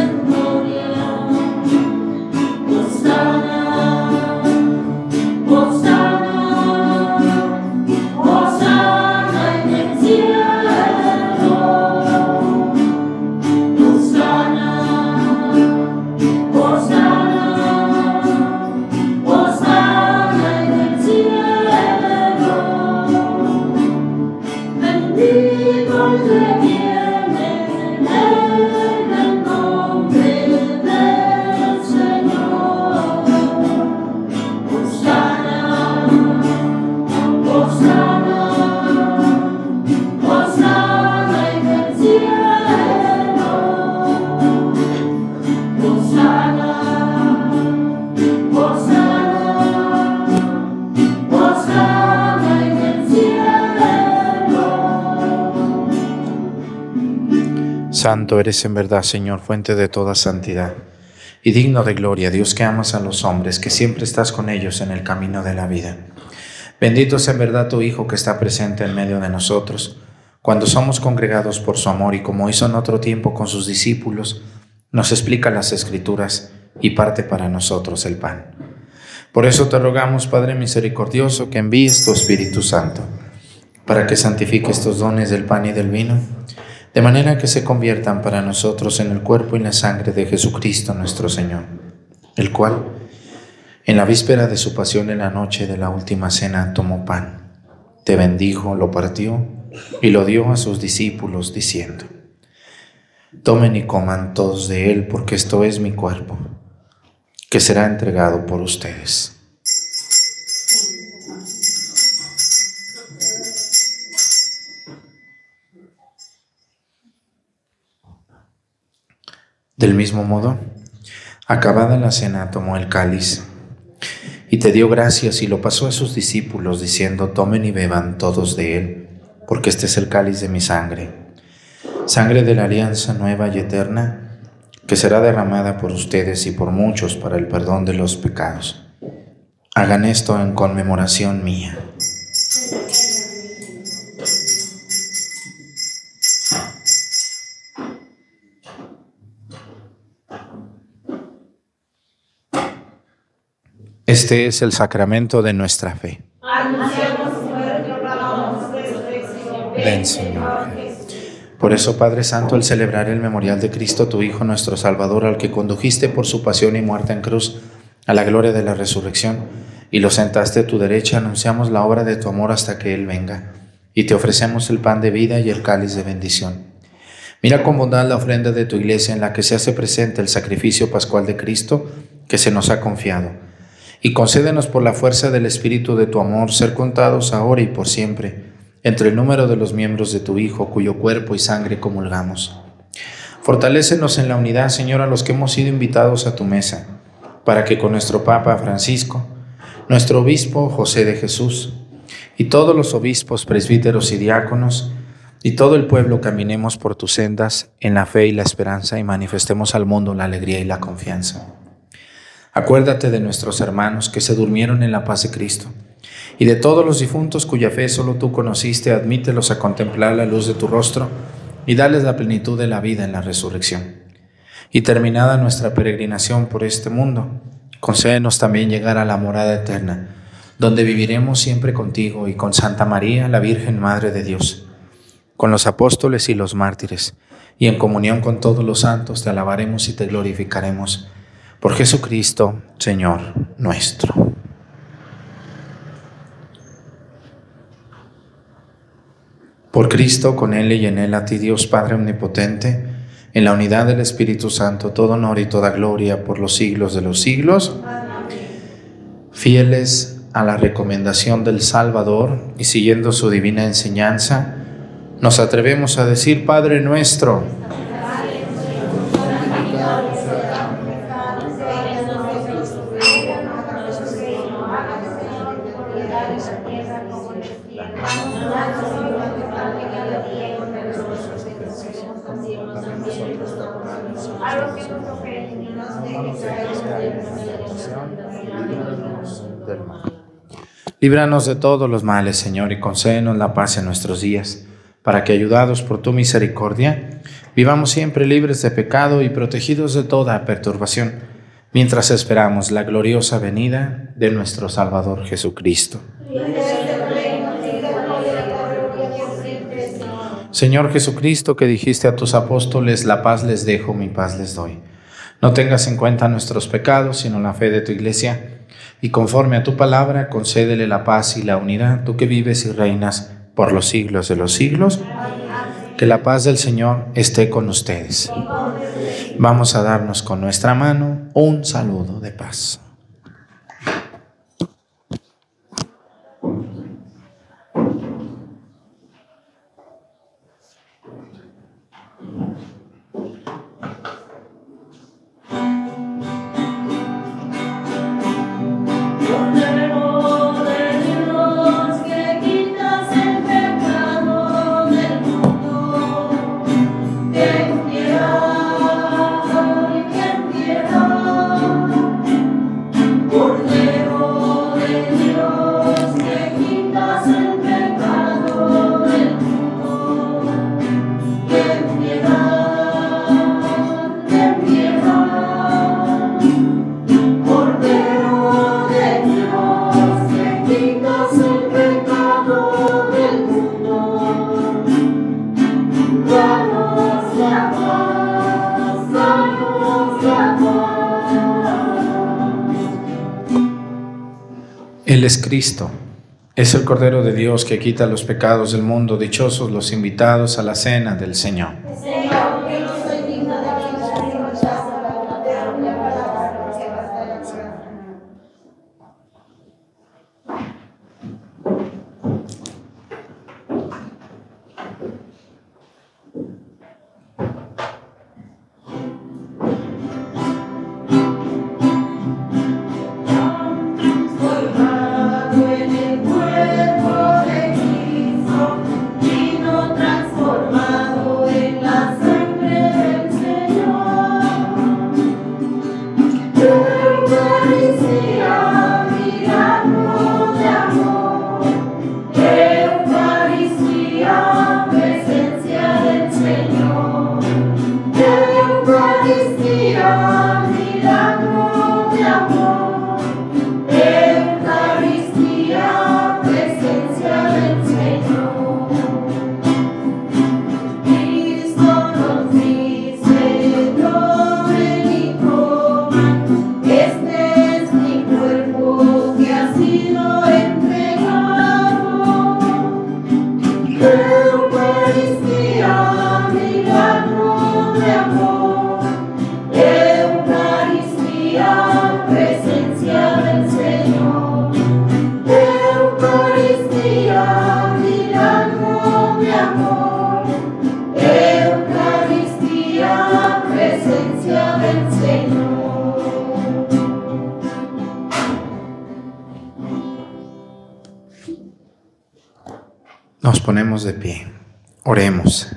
Vos Santo eres en verdad, Señor, fuente de toda santidad y digno de gloria, Dios que amas a los hombres, que siempre estás con ellos en el camino de la vida. Bendito es en verdad tu Hijo que está presente en medio de nosotros, cuando somos congregados por su amor y como hizo en otro tiempo con sus discípulos, nos explica las Escrituras y parte para nosotros el pan. Por eso te rogamos, Padre misericordioso, que envíes tu Espíritu Santo, para que santifique estos dones del pan y del vino, de manera que se conviertan para nosotros en el cuerpo y la sangre de Jesucristo nuestro Señor, el cual, en la víspera de su pasión en la noche de la última cena, tomó pan, te bendijo, lo partió y lo dio a sus discípulos, diciendo: tomen y coman todos de él, porque esto es mi cuerpo, que será entregado por ustedes. Del mismo modo, acabada la cena, tomó el cáliz y te dio gracias y lo pasó a sus discípulos, diciendo: tomen y beban todos de él, porque este es el cáliz de mi sangre, sangre de la alianza nueva y eterna, que será derramada por ustedes y por muchos para el perdón de los pecados. Hagan esto en conmemoración mía. Este es el sacramento de nuestra fe. Ven, Señor. Por eso, Padre Santo, al celebrar el memorial de Cristo, tu Hijo, nuestro Salvador, al que condujiste por su pasión y muerte en cruz a la gloria de la resurrección, y lo sentaste a tu derecha, anunciamos la obra de tu amor hasta que Él venga, y te ofrecemos el pan de vida y el cáliz de bendición. Mira con bondad la ofrenda de tu Iglesia, en la que se hace presente el sacrificio pascual de Cristo que se nos ha confiado, y concédenos por la fuerza del Espíritu de tu amor ser contados ahora y por siempre entre el número de los miembros de tu Hijo, cuyo cuerpo y sangre comulgamos. Fortalécenos en la unidad, Señor, a los que hemos sido invitados a tu mesa, para que con nuestro Papa Francisco, nuestro obispo José de Jesús, y todos los obispos, presbíteros y diáconos, y todo el pueblo caminemos por tus sendas en la fe y la esperanza, y manifestemos al mundo la alegría y la confianza. Acuérdate de nuestros hermanos que se durmieron en la paz de Cristo, y de todos los difuntos cuya fe solo tú conociste, admítelos a contemplar la luz de tu rostro, y dales la plenitud de la vida en la resurrección. Y terminada nuestra peregrinación por este mundo, concédenos también llegar a la morada eterna, donde viviremos siempre contigo y con Santa María, la Virgen Madre de Dios, con los apóstoles y los mártires, y en comunión con todos los santos te alabaremos y te glorificaremos. Por Jesucristo, Señor nuestro. Por Cristo, con Él y en Él, a ti Dios Padre Omnipotente, en la unidad del Espíritu Santo, todo honor y toda gloria por los siglos de los siglos. Fieles a la recomendación del Salvador y siguiendo su divina enseñanza, nos atrevemos a decir: Padre nuestro, líbranos de todos los males, Señor, y concédenos la paz en nuestros días, para que, ayudados por tu misericordia, vivamos siempre libres de pecado y protegidos de toda perturbación, mientras esperamos la gloriosa venida de nuestro Salvador Jesucristo. Señor Jesucristo, que dijiste a tus apóstoles: la paz les dejo, mi paz les doy. No tengas en cuenta nuestros pecados, sino la fe de tu Iglesia, y conforme a tu palabra, concédele la paz y la unidad, tú que vives y reinas por los siglos de los siglos. Que la paz del Señor esté con ustedes. Vamos a darnos con nuestra mano un saludo de paz. Él es Cristo, es el Cordero de Dios que quita los pecados del mundo. Dichosos los invitados a la cena del Señor. Señor, que no soy digna de que me rechaza la palabra que basta de la Nos ponemos de pie. Oremos.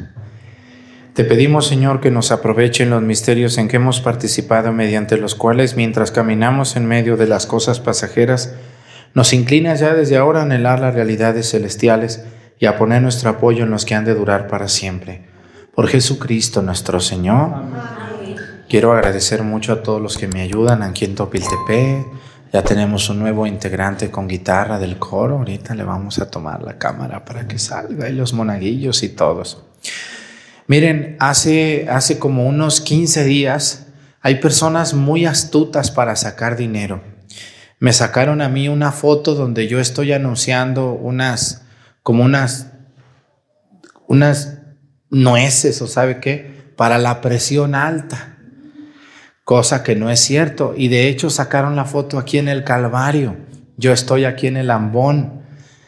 Te pedimos, Señor, que nos aprovechen los misterios en que hemos participado, mediante los cuales, mientras caminamos en medio de las cosas pasajeras, nos inclinas ya desde ahora a anhelar las realidades celestiales y a poner nuestro apoyo en los que han de durar para siempre. Por Jesucristo nuestro Señor. Amén. Quiero agradecer mucho a todos los que me ayudan aquí en Topiltepec. Ya tenemos un nuevo integrante con guitarra del coro. Ahorita le vamos a tomar la cámara para que salga, y los monaguillos y todos. Miren, hace como unos 15 días hay personas muy astutas para sacar dinero. Me sacaron a mí una foto donde yo estoy anunciando unas nueces o sabe qué, para la presión alta. Cosa que no es cierto. Y de hecho sacaron la foto aquí en el Calvario. Yo estoy aquí en el ambón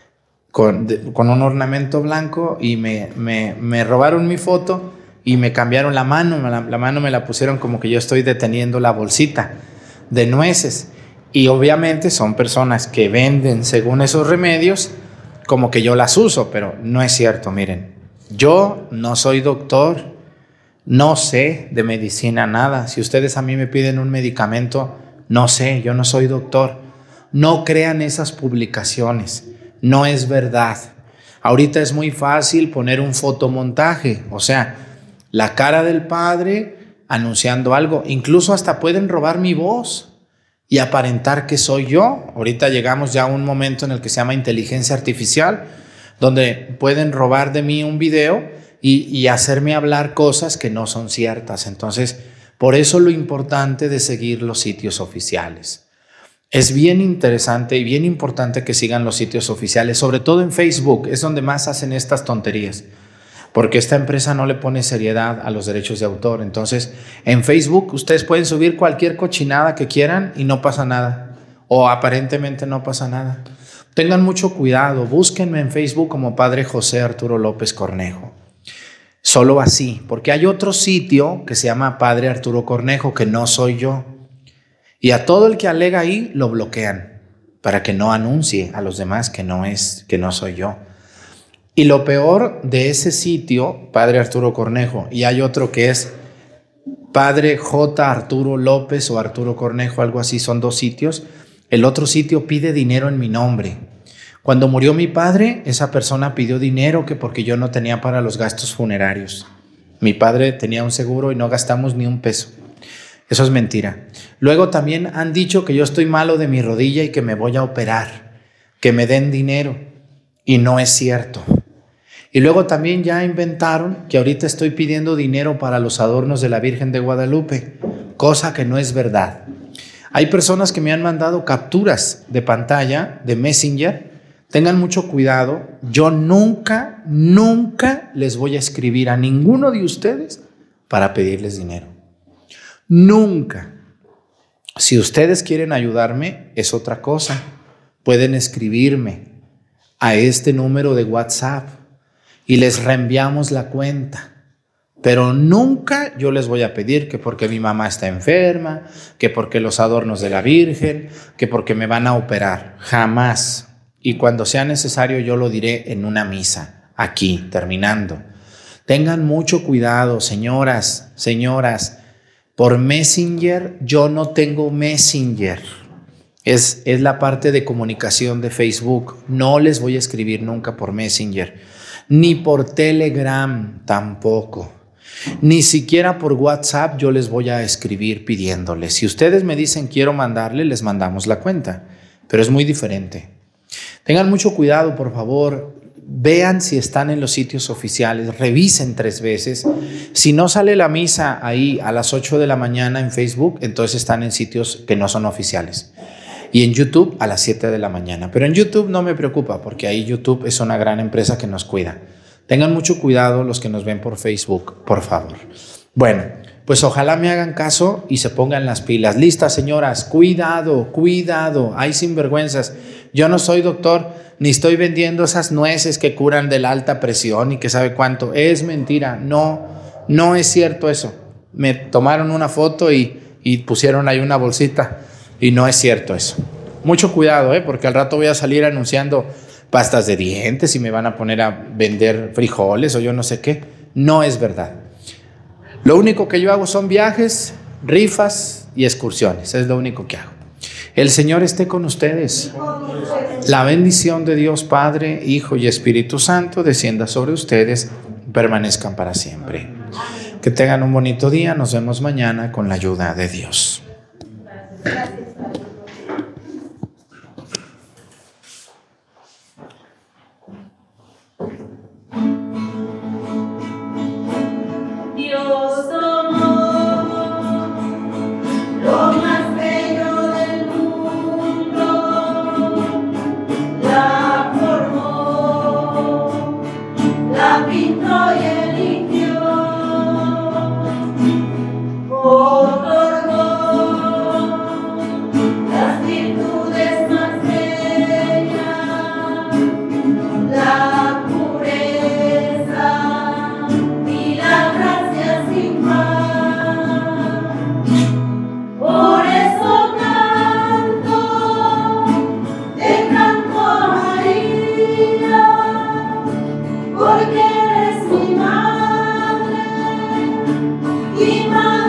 con un ornamento blanco y me robaron mi foto y me cambiaron la mano. La mano me la pusieron como que yo estoy deteniendo la bolsita de nueces. Y obviamente son personas que venden según esos remedios como que yo las uso, pero no es cierto. Miren, yo no soy doctor. No sé de medicina nada. Si ustedes a mí me piden un medicamento, no sé, yo no soy doctor. No crean esas publicaciones, no es verdad. Ahorita es muy fácil poner un fotomontaje, o sea, la cara del Padre anunciando algo. Incluso hasta pueden robar mi voz y aparentar que soy yo. Ahorita llegamos ya a un momento en el que se llama inteligencia artificial, donde pueden robar de mí un video y hacerme hablar cosas que no son ciertas. Entonces, por eso lo importante de seguir los sitios oficiales. Es bien interesante y bien importante que sigan los sitios oficiales, sobre todo en Facebook, es donde más hacen estas tonterías, porque esta empresa no le pone seriedad a los derechos de autor. Entonces, en Facebook ustedes pueden subir cualquier cochinada que quieran y no pasa nada, o aparentemente no pasa nada. Tengan mucho cuidado, búsquenme en Facebook como Padre José Arturo López Cornejo. Solo así, porque hay otro sitio que se llama Padre Arturo Cornejo, que no soy yo. Y a todo el que alega ahí lo bloquean para que no anuncie a los demás que no soy yo. Y lo peor de ese sitio, Padre Arturo Cornejo, y hay otro que es Padre J. Arturo López o Arturo Cornejo, algo así, son dos sitios. El otro sitio pide dinero en mi nombre. Cuando murió mi padre, esa persona pidió dinero que porque yo no tenía para los gastos funerarios. Mi padre tenía un seguro y no gastamos ni un peso. Eso es mentira. Luego también han dicho que yo estoy malo de mi rodilla y que me voy a operar, que me den dinero, y no es cierto. Y luego también ya inventaron que ahorita estoy pidiendo dinero para los adornos de la Virgen de Guadalupe, cosa que no es verdad. Hay personas que me han mandado capturas de pantalla de Messenger. Tengan mucho cuidado. Yo nunca les voy a escribir a ninguno de ustedes para pedirles dinero. Nunca. Si ustedes quieren ayudarme, es otra cosa. Pueden escribirme a este número de WhatsApp y les reenviamos la cuenta. Pero nunca yo les voy a pedir que porque mi mamá está enferma, que porque los adornos de la Virgen, que porque me van a operar. Jamás. Y cuando sea necesario yo lo diré en una misa, aquí, terminando. Tengan mucho cuidado, señoras. Por Messenger, yo no tengo Messenger. Es la parte de comunicación de Facebook. No les voy a escribir nunca por Messenger. Ni por Telegram tampoco. Ni siquiera por WhatsApp yo les voy a escribir pidiéndoles. Si ustedes me dicen quiero mandarle, les mandamos la cuenta. Pero es muy diferente. Tengan mucho cuidado, por favor. Vean si están en los sitios oficiales. Revisen 3 veces. Si no sale la misa ahí a las 8 de la mañana en Facebook, entonces están en sitios que no son oficiales. Y en YouTube a las 7 de la mañana. Pero en YouTube no me preocupa, porque ahí YouTube es una gran empresa que nos cuida. Tengan mucho cuidado los que nos ven por Facebook, por favor. Bueno, pues ojalá me hagan caso y se pongan las pilas. Listas, señoras, cuidado, hay sinvergüenzas. Yo no soy doctor, ni estoy vendiendo esas nueces que curan de la alta presión y que sabe cuánto. Es mentira, no es cierto eso. Me tomaron una foto y pusieron ahí una bolsita y no es cierto eso. Mucho cuidado, porque al rato voy a salir anunciando pastas de dientes y me van a poner a vender frijoles o yo no sé qué. No es verdad. Lo único que yo hago son viajes, rifas y excursiones. Es lo único que hago. El Señor esté con ustedes. La bendición de Dios Padre, Hijo y Espíritu Santo descienda sobre ustedes y permanezcan para siempre. Que tengan un bonito día. Nos vemos mañana con la ayuda de Dios. Porque eres mi madre y madre.